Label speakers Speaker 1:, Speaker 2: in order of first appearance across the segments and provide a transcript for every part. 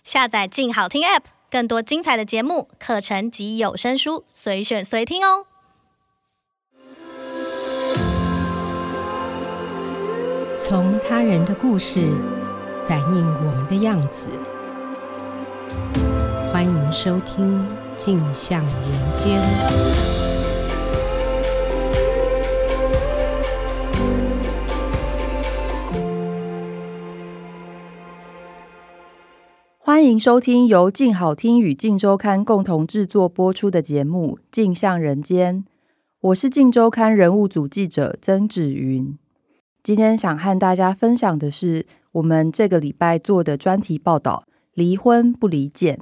Speaker 1: 下载静好听 App， 更多精彩的节目、课程及有声书，随选随听哦。
Speaker 2: 从他人的故事反映我们的样子，欢迎收听《镜像人间》。
Speaker 3: 欢迎收听由静好听与静周刊共同制作播出的节目《镜像人间》，我是静周刊人物组记者曾芷云。今天想和大家分享的是我们这个礼拜做的专题报道：离婚不离间。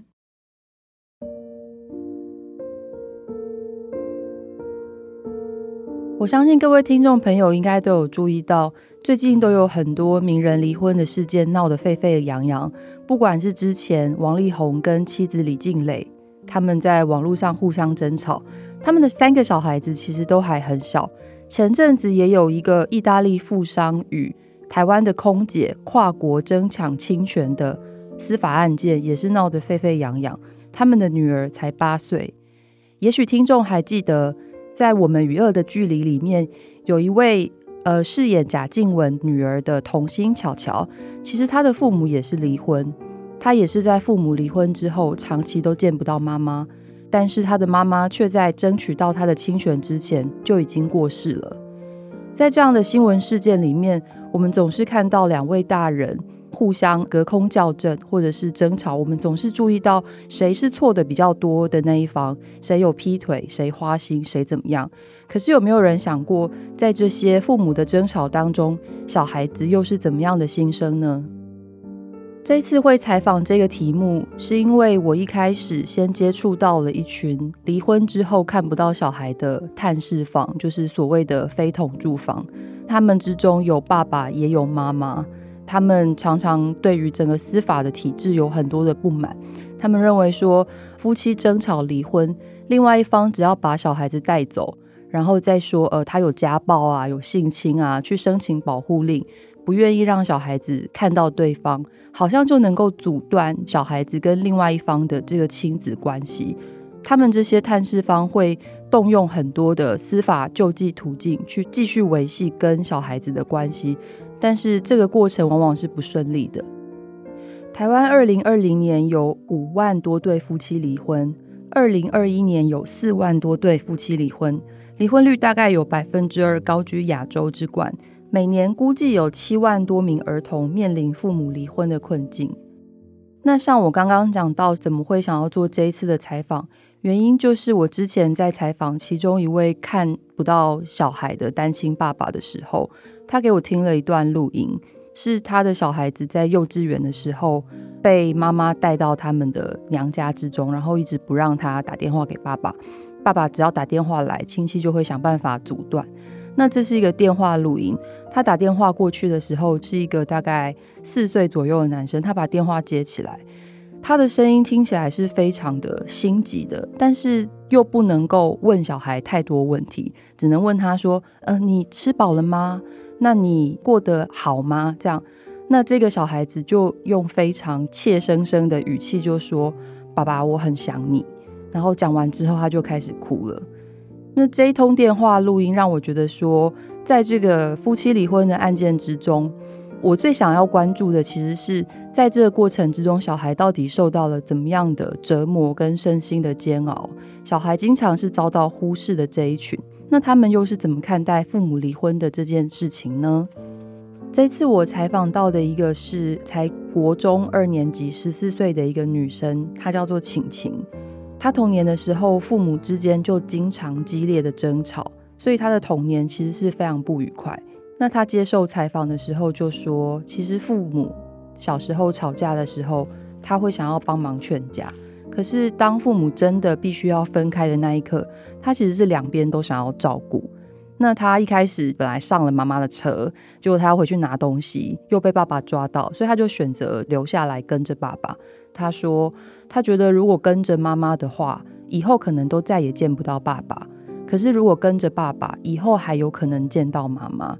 Speaker 3: 我相信各位听众朋友应该都有注意到，最近都有很多名人离婚的事件闹得沸沸扬扬。不管是之前王力宏跟妻子李静蕾他们在网络上互相争吵，他们的3个小孩子其实都还很小。前阵子也有一个意大利富商与台湾的空姐跨国争抢侵权的司法案件，也是闹得沸沸扬扬。他们的女儿才8岁。也许听众还记得，在《我们与恶的距离》里面，有一位饰演贾静雯女儿的童星巧巧，其实她的父母也是离婚，她也是在父母离婚之后长期都见不到妈妈，但是她的妈妈却在争取到她的侵权之前就已经过世了。在这样的新闻事件里面，我们总是看到2位大人互相隔空校正或者是争吵，我们总是注意到谁是错的比较多的那一方，谁有劈腿，谁花心，谁怎么样。可是有没有人想过，在这些父母的争吵当中，小孩子又是怎么样的心声呢？这一次会采访这个题目，是因为我一开始先接触到了一群离婚之后看不到小孩的探视房，就是所谓的非同住房。他们之中有爸爸也有妈妈，他们常常对于整个司法的体制有很多的不满。他们认为说，夫妻争吵离婚，另外一方只要把小孩子带走，然后再说他有家暴啊，有性侵啊，去申请保护令，不愿意让小孩子看到对方，好像就能够阻断小孩子跟另外一方的这个亲子关系。他们这些探视方会动用很多的司法救济途径去继续维系跟小孩子的关系，但是这个过程往往是不顺利的。台湾2020年有5万多对夫妻离婚，2021年有4万多对夫妻离婚，离婚率大概有 2%， 高居亚洲之冠。每年估计有7万多名儿童面临父母离婚的困境。那像我刚刚讲到怎么会想要做这一次的采访，原因就是我之前在采访其中一位看不到小孩的单亲爸爸的时候，他给我听了一段录音，是他的小孩子在幼稚园的时候被妈妈带到他们的娘家之中，然后一直不让他打电话给爸爸，爸爸只要打电话来，亲戚就会想办法阻断。那这是一个电话录音，他打电话过去的时候是一个大概4岁左右的男生，他把电话接起来，他的声音听起来是非常的心急的，但是又不能够问小孩太多问题，只能问他说你吃饱了吗？那你过得好吗？这样，那这个小孩子就用非常怯生生的语气就说，爸爸我很想你，然后讲完之后他就开始哭了。那这一通电话录音让我觉得说，在这个夫妻离婚的案件之中，我最想要关注的其实是在这个过程之中，小孩到底受到了怎么样的折磨跟身心的煎熬，小孩经常是遭到忽视的这一群，那他们又是怎么看待父母离婚的这件事情呢？这次我采访到的一个是才国中2年级14岁的一个女生，她叫做晴晴。她童年的时候父母之间就经常激烈的争吵，所以她的童年其实是非常不愉快。那她接受采访的时候就说，其实父母小时候吵架的时候，她会想要帮忙劝架，可是当父母真的必须要分开的那一刻，她其实是2边都想要照顾。那她一开始本来上了妈妈的车，结果她要回去拿东西又被爸爸抓到，所以她就选择留下来跟着爸爸。她说她觉得如果跟着妈妈的话，以后可能都再也见不到爸爸，可是如果跟着爸爸，以后还有可能见到妈妈。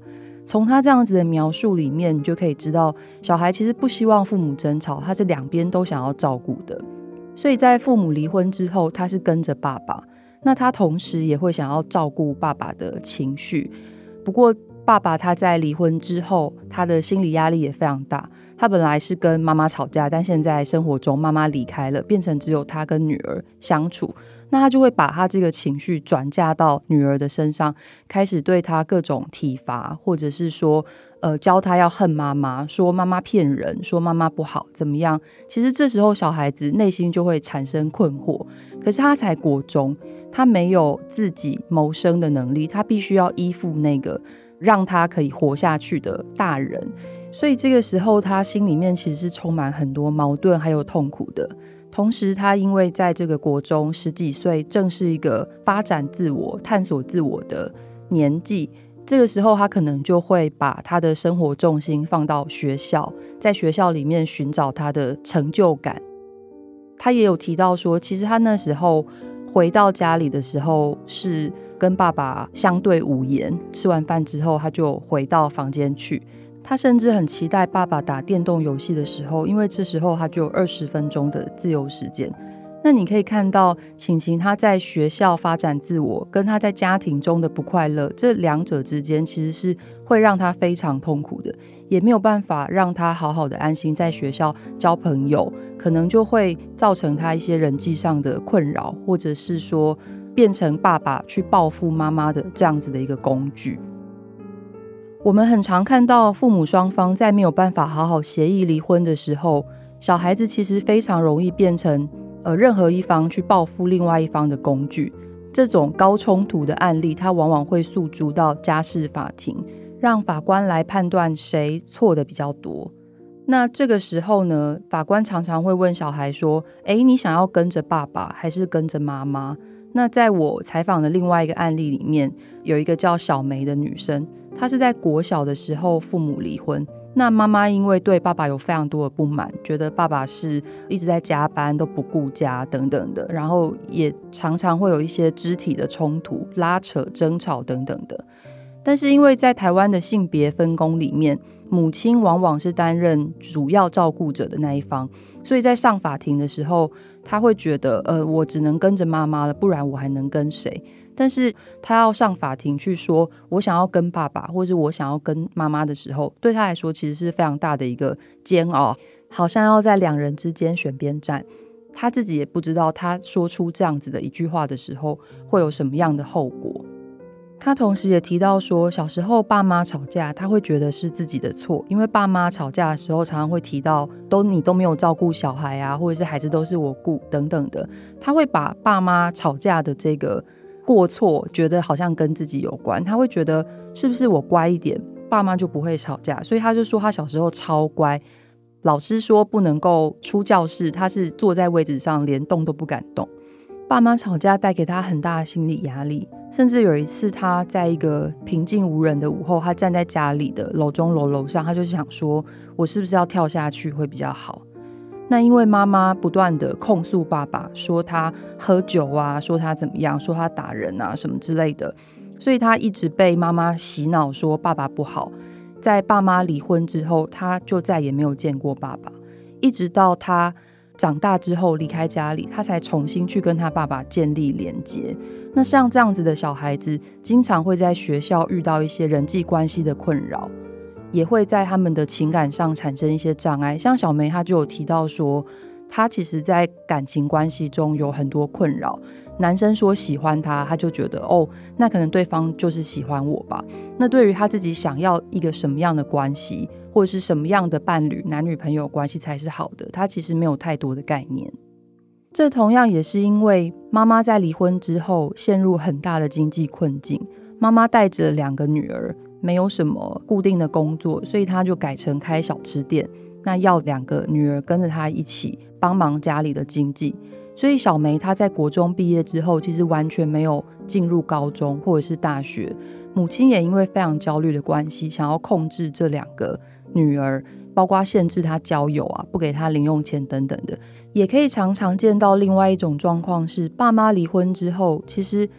Speaker 3: 从他这样子的描述里面，你就可以知道小孩其实不希望父母争吵，他是两边都想要照顾的。所以在父母离婚之后，他是跟着爸爸，那他同时也会想要照顾爸爸的情绪。不过爸爸他在离婚之后，他的心理压力也非常大。他本来是跟妈妈吵架，但现在生活中妈妈离开了，变成只有他跟女儿相处，那他就会把他这个情绪转嫁到女儿的身上，开始对他各种体罚，或者是说教他要恨妈妈，说妈妈骗人，说妈妈不好怎么样。其实这时候小孩子内心就会产生困惑，可是他才国中，他没有自己谋生的能力，他必须要依附那个让他可以活下去的大人，所以这个时候他心里面其实是充满很多矛盾还有痛苦的。同时他因为在这个国中10几岁，正是一个发展自我探索自我的年纪，这个时候他可能就会把他的生活重心放到学校，在学校里面寻找他的成就感。他也有提到说，其实他那时候回到家里的时候是跟爸爸相对无言，吃完饭之后他就回到房间去。他甚至很期待爸爸打电动游戏的时候，因为这时候他就有20分钟的自由时间。那你可以看到晴晴他在学校发展自我跟他在家庭中的不快乐，这两者之间其实是会让他非常痛苦的，也没有办法让他好好的安心在学校交朋友，可能就会造成他一些人际上的困扰，或者是说变成爸爸去报复妈妈的这样子的一个工具。我们很常看到父母双方在没有办法好好协议离婚的时候，小孩子其实非常容易变成任何一方去报复另外一方的工具。这种高冲突的案例，它往往会诉诸到家事法庭，让法官来判断谁错的比较多。那这个时候呢，法官常常会问小孩说，你想要跟着爸爸还是跟着妈妈？那在我采访的另外一个案例里面，有一个叫小梅的女生，她是在国小的时候父母离婚，那妈妈因为对爸爸有非常多的不满，觉得爸爸是一直在加班都不顾家等等的，然后也常常会有一些肢体的冲突、拉扯、争吵等等的。但是因为在台湾的性别分工里面，母亲往往是担任主要照顾者的那一方，所以在上法庭的时候，他会觉得我只能跟着妈妈了，不然我还能跟谁？但是他要上法庭去说我想要跟爸爸或者我想要跟妈妈的时候，对他来说其实是非常大的一个煎熬，好像要在两人之间选边站。他自己也不知道他说出这样子的一句话的时候会有什么样的后果。他同时也提到说，小时候爸妈吵架他会觉得是自己的错，因为爸妈吵架的时候常常会提到你都没有照顾小孩啊，或者是孩子都是我顾等等的，他会把爸妈吵架的这个过错觉得好像跟自己有关，他会觉得是不是我乖一点爸妈就不会吵架，所以他就说他小时候超乖，老师说不能够出教室，他是坐在位置上连动都不敢动。爸妈吵架带给他很大的心理压力，甚至有一次他在一个平静无人的午后，他站在家里的楼中楼上，他就想说我是不是要跳下去会比较好。那因为妈妈不断的控诉爸爸，说他喝酒啊，说他怎么样，说他打人啊什么之类的，所以他一直被妈妈洗脑说爸爸不好。在爸妈离婚之后，他就再也没有见过爸爸，一直到他长大之后离开家里，他才重新去跟他爸爸建立连结。那像这样子的小孩子，经常会在学校遇到一些人际关系的困扰，也会在他们的情感上产生一些障碍。像小梅她就有提到说，她其实在感情关系中有很多困扰，男生说喜欢她，她就觉得那可能对方就是喜欢我吧。那对于她自己想要一个什么样的关系，或者是什么样的伴侣，男女朋友关系才是好的，她其实没有太多的概念。这同样也是因为妈妈在离婚之后陷入很大的经济困境，妈妈带着2个女儿，没有什么固定的工作，所以她就改成开小吃店，那要2个女儿跟着她一起帮忙家里的经济。所以小梅她在国中毕业之后，其实完全没有进入高中或者是大学。母亲也因为非常焦虑的关系，想要控制这2个女儿，包括限制她交友啊，不给她零用钱等等的。也可以常常见到另外一种状况是，爸妈离婚之后，其实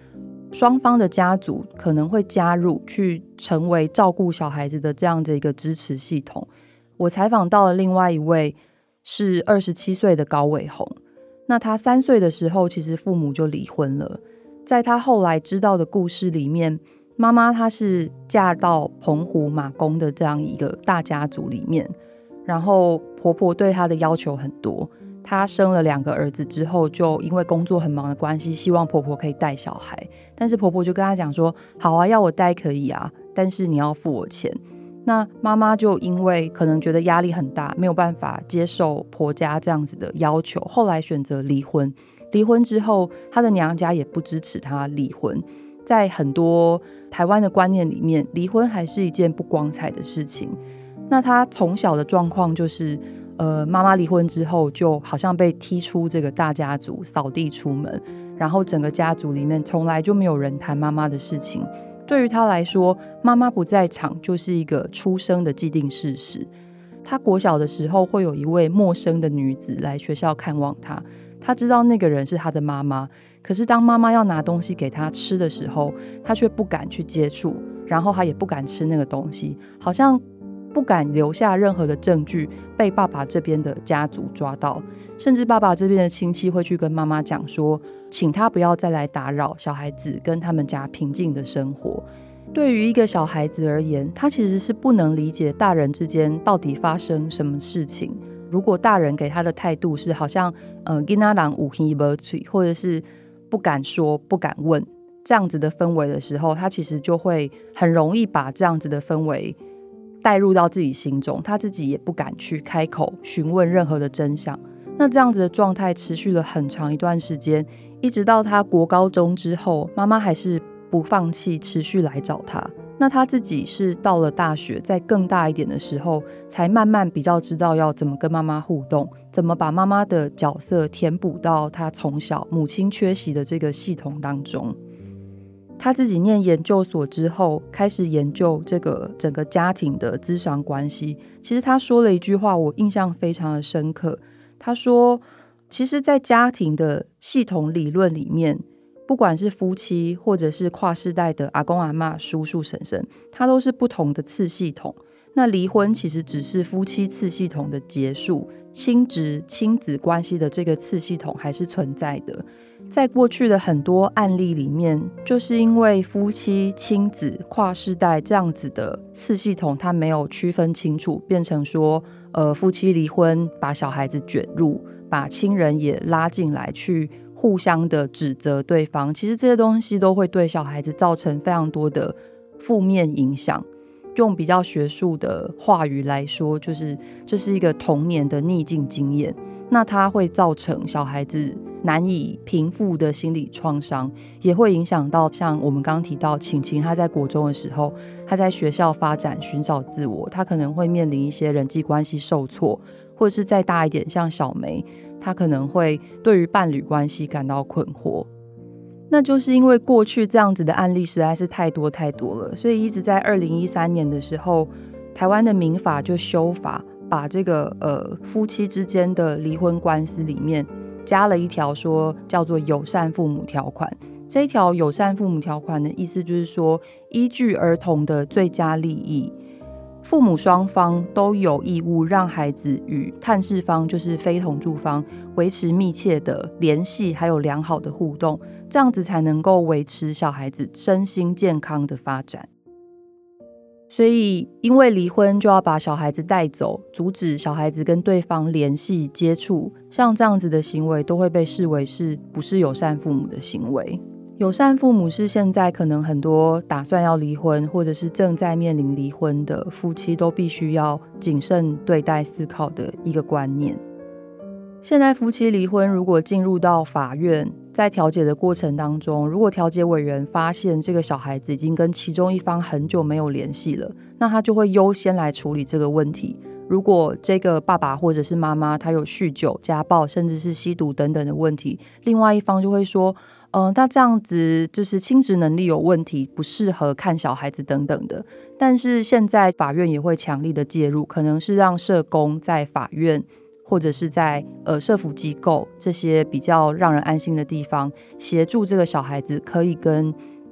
Speaker 3: 双方的家族可能会加入去成为照顾小孩子的这样的一个支持系统。我采访到了另外一位是27岁的高伟宏，那他3岁的时候其实父母就离婚了。在他后来知道的故事里面，妈妈她是嫁到澎湖马公的这样一个大家族里面，然后婆婆对她的要求很多，她生了2个儿子之后，就因为工作很忙的关系，希望婆婆可以带小孩，但是婆婆就跟她讲说，好啊，要我带可以啊，但是你要付我钱。那妈妈就因为可能觉得压力很大，没有办法接受婆家这样子的要求，后来选择离婚。离婚之后，她的娘家也不支持她离婚。在很多台湾的观念里面，离婚还是一件不光彩的事情。那她从小的状况就是妈妈离婚之后就好像被踢出这个大家族，扫地出门，然后整个家族里面从来就没有人谈妈妈的事情。对于他来说，妈妈不在场就是一个出生的既定事实。他国小的时候会有一位陌生的女子来学校看望他，他知道那个人是他的妈妈，可是当妈妈要拿东西给他吃的时候，他却不敢去接触，然后他也不敢吃那个东西，好像不敢留下任何的证据被爸爸这边的家族抓到，甚至爸爸这边的亲戚会去跟妈妈讲说，请他不要再来打扰小孩子跟他们家平静的生活。对于一个小孩子而言，他其实是不能理解大人之间到底发生什么事情。如果大人给他的态度是好像囡仔人有耳无嘴，或者是不敢说不敢问这样子的氛围的时候，他其实就会很容易把这样子的氛围带入到自己心中，他自己也不敢去开口询问任何的真相。那这样子的状态持续了很长一段时间，一直到他国高中之后，妈妈还是不放弃持续来找他。那他自己是到了大学在更大一点的时候，才慢慢比较知道要怎么跟妈妈互动，怎么把妈妈的角色填补到他从小母亲缺席的这个系统当中。他自己念研究所之后，开始研究这个整个家庭的咨商关系。其实他说了一句话，我印象非常的深刻。他说，其实在家庭的系统理论里面，不管是夫妻或者是跨世代的阿公阿嬷、叔叔婶婶，它都是不同的次系统。那离婚其实只是夫妻次系统的结束，亲职亲子关系的这个次系统还是存在的。在过去的很多案例里面，就是因为夫妻、亲子、跨世代这样子的次系统它没有区分清楚，变成说夫妻离婚把小孩子卷入，把亲人也拉进来去互相的指责对方，其实这些东西都会对小孩子造成非常多的负面影响。用比较学术的话语来说，就是这是一个童年的逆境经验，那它会造成小孩子难以平复的心理创伤，也会影响到像我们刚刚提到晴晴，她在国中的时候，她在学校发展寻找自我，她可能会面临一些人际关系受挫，或者是再大一点像小梅，她可能会对于伴侣关系感到困惑。那就是因为过去这样子的案例实在是太多太多了，所以一直在2013年的时候，台湾的民法就修法，把这个夫妻之间的离婚官司里面加了一条说叫做友善父母条款。这一条友善父母条款的意思就是说，依据儿童的最佳利益，父母双方都有义务让孩子与探视方，就是非同住方，维持密切的联系还有良好的互动，这样子才能够维持小孩子身心健康的发展。所以因为离婚就要把小孩子带走，阻止小孩子跟对方联系接触，像这样子的行为都会被视为是不是友善父母的行为。友善父母是现在可能很多打算要离婚或者是正在面临离婚的夫妻都必须要谨慎对待思考的一个观念。现在夫妻离婚如果进入到法院，在调解的过程当中，如果调解委员发现这个小孩子已经跟其中一方很久没有联系了，那他就会优先来处理这个问题。如果这个爸爸或者是妈妈他有酗酒、家暴甚至是吸毒等等的问题，另外一方就会说那这样子就是亲职能力有问题，不适合看小孩子等等的。但是现在法院也会强力的介入，可能是让社工在法院或者是在社福机构这些比较让人安心的地方，协助这个小孩子可以跟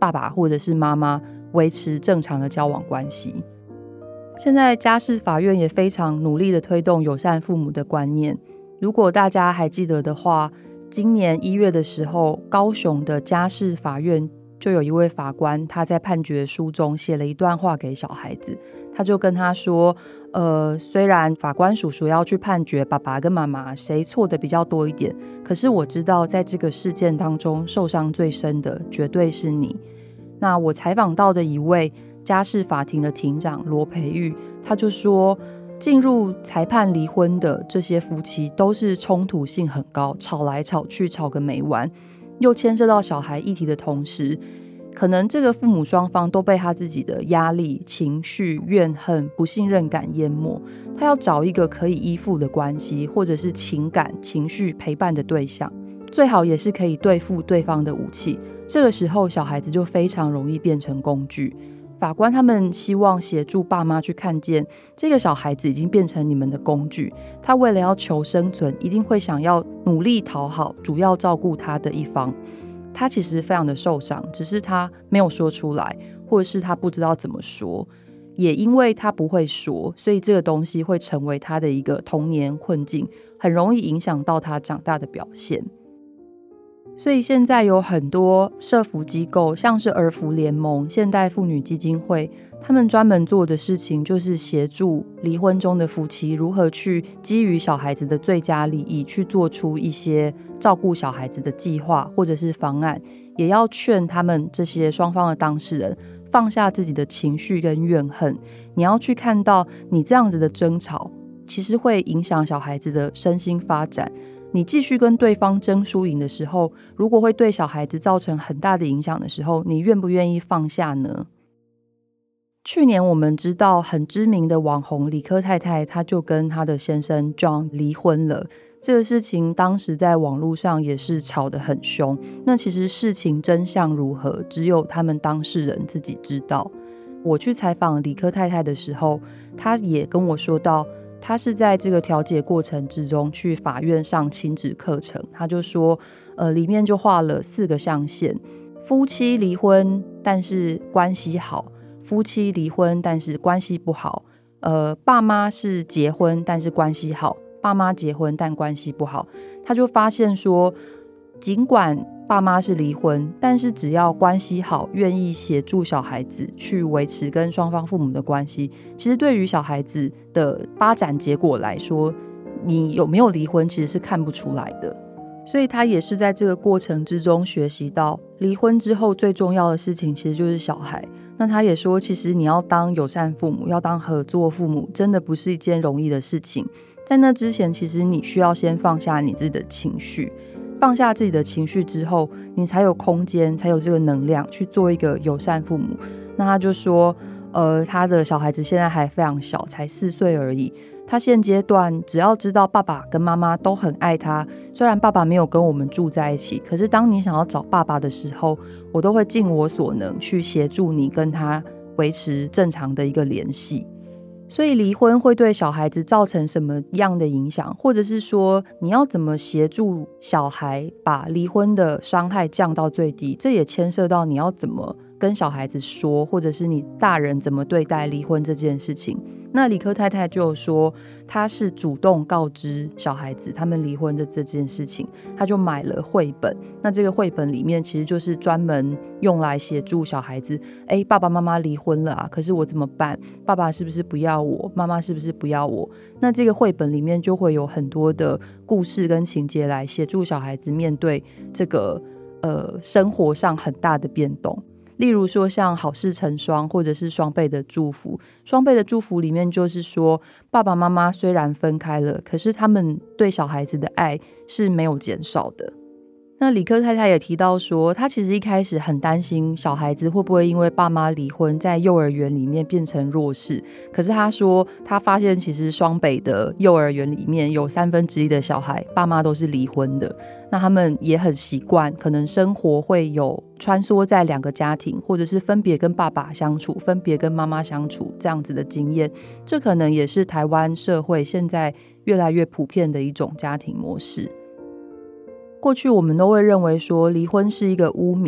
Speaker 3: 爸爸或者是妈妈维持正常的交往关系。现在家事法院也非常努力的推动友善父母的观念。如果大家还记得的话，今年1月的时候，高雄的家事法院就有一位法官，他在判决书中写了一段话给小孩子，他就跟他说虽然法官叔叔要去判决爸爸跟妈妈谁错的比较多一点，可是我知道在这个事件当中受伤最深的绝对是你。那我采访到的一位家事法庭的庭长罗培玉，他就说进入裁判离婚的这些夫妻都是冲突性很高，吵来吵去吵个没完，又牵涉到小孩议题的同时，可能这个父母双方都被他自己的压力、情绪、怨恨、不信任感淹没，他要找一个可以依附的关系，或者是情感、情绪陪伴的对象，最好也是可以对付对方的武器。这个时候小孩子就非常容易变成工具。法官他们希望协助爸妈去看见这个小孩子已经变成你们的工具，他为了要求生存一定会想要努力讨好主要照顾他的一方。他其实非常的受伤，只是他没有说出来，或者是他不知道怎么说，也因为他不会说，所以这个东西会成为他的一个童年困境，很容易影响到他长大的表现。所以现在有很多社福机构，像是儿福联盟、现代妇女基金会，他们专门做的事情就是协助离婚中的夫妻如何去基于小孩子的最佳利益去做出一些照顾小孩子的计划或者是方案，也要劝他们这些双方的当事人放下自己的情绪跟怨恨。你要去看到你这样子的争吵其实会影响小孩子的身心发展，你继续跟对方争输赢的时候，如果会对小孩子造成很大的影响的时候，你愿不愿意放下呢？去年我们知道很知名的网红理科太太，她就跟她的先生 John 离婚了。这个事情当时在网络上也是吵得很凶，那其实事情真相如何，只有他们当事人自己知道。我去采访理科太太的时候，她也跟我说到他是在这个调解过程之中去法院上亲子课程，他就说里面就画了4个象限，夫妻离婚但是关系好，夫妻离婚但是关系不好，爸妈是结婚但是关系好，爸妈结婚但关系不好。他就发现说尽管爸妈是离婚，但是只要关系好，愿意协助小孩子去维持跟双方父母的关系，其实对于小孩子的发展结果来说，你有没有离婚其实是看不出来的。所以他也是在这个过程之中学习到，离婚之后最重要的事情其实就是小孩。那他也说，其实你要当友善父母，要当合作父母，真的不是一件容易的事情。在那之前，其实你需要先放下你自己的情绪，放下自己的情绪之后，你才有空间，才有这个能量去做一个友善父母。那他就说他的小孩子现在还非常小，才4岁而已，他现阶段只要知道爸爸跟妈妈都很爱他，虽然爸爸没有跟我们住在一起，可是当你想要找爸爸的时候，我都会尽我所能去协助你跟他维持正常的一个联系。所以离婚会对小孩子造成什么样的影响，或者是说你要怎么协助小孩把离婚的伤害降到最低，这也牵涉到你要怎么跟小孩子说，或者是你大人怎么对待离婚这件事情。那理科太太就有说，她是主动告知小孩子他们离婚的这件事情，她就买了绘本。那这个绘本里面其实就是专门用来协助小孩子，爸爸妈妈离婚了啊，可是我怎么办？爸爸是不是不要我？妈妈是不是不要我？那这个绘本里面就会有很多的故事跟情节来协助小孩子面对这个生活上很大的变动。例如说像好事成双，或者是双倍的祝福。双倍的祝福里面就是说，爸爸妈妈虽然分开了，可是他们对小孩子的爱是没有减少的。那理科太太也提到说，她其实一开始很担心小孩子会不会因为爸妈离婚在幼儿园里面变成弱势，可是她说她发现其实双北的幼儿园里面有1/3的小孩爸妈都是离婚的，那他们也很习惯可能生活会有穿梭在2个家庭，或者是分别跟爸爸相处，分别跟妈妈相处这样子的经验，这可能也是台湾社会现在越来越普遍的一种家庭模式。过去我们都会认为说离婚是一个污名，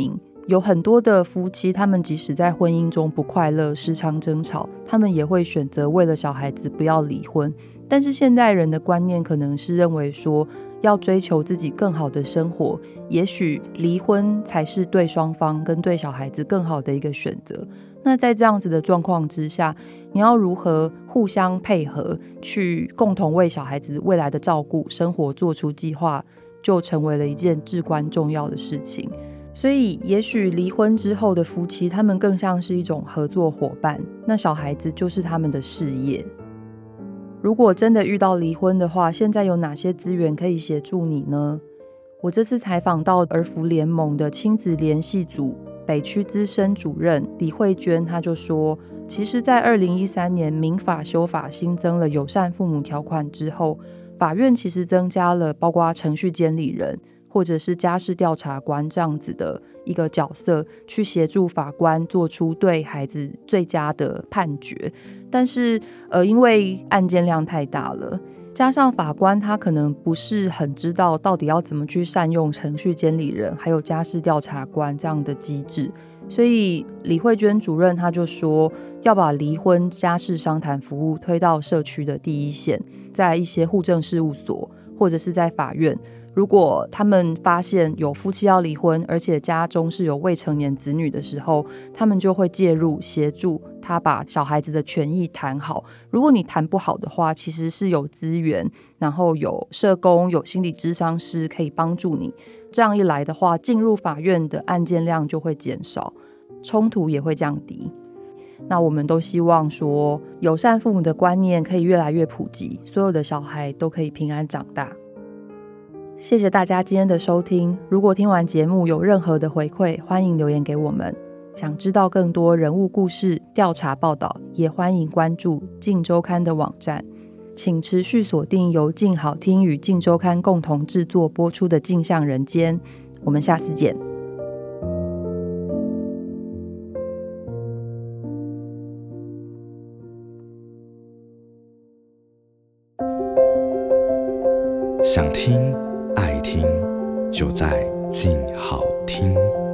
Speaker 3: 有很多的夫妻，他们即使在婚姻中不快乐，时常争吵，他们也会选择为了小孩子不要离婚。但是现代人的观念可能是认为说，要追求自己更好的生活，也许离婚才是对双方跟对小孩子更好的一个选择。那在这样子的状况之下，你要如何互相配合，去共同为小孩子未来的照顾、生活做出计划，就成为了一件至关重要的事情。所以也许离婚之后的夫妻，他们更像是一种合作伙伴，那小孩子就是他们的事业。如果真的遇到离婚的话，现在有哪些资源可以协助你呢？我这次采访到儿福联盟的亲子联系组北区资深主任李慧娟，她就说，其实在2013年民法修法新增了友善父母条款之后，法院其实增加了包括程序监理人或者是家事调查官这样子的一个角色，去协助法官做出对孩子最佳的判决。但是因为案件量太大了，加上法官他可能不是很知道到底要怎么去善用程序监理人还有家事调查官这样的机制，所以李慧娟主任他就说，要把离婚家事商谈服务推到社区的第一线，在一些户政事务所或者是在法院，如果他们发现有夫妻要离婚，而且家中是有未成年子女的时候，他们就会介入协助他把小孩子的权益谈好。如果你谈不好的话，其实是有资源，然后有社工、有心理咨商师可以帮助你。这样一来的话，进入法院的案件量就会减少，冲突也会降低。那我们都希望说，友善父母的观念可以越来越普及，所有的小孩都可以平安长大。谢谢大家今天的收听，如果听完节目有任何的回馈，欢迎留言给我们。想知道更多人物故事、调查报道，也欢迎关注镜周刊的网站。请持续锁定由镜好听与镜周刊共同制作播出的镜像人间，我们下次见。
Speaker 4: 想听爱听，就在静好听。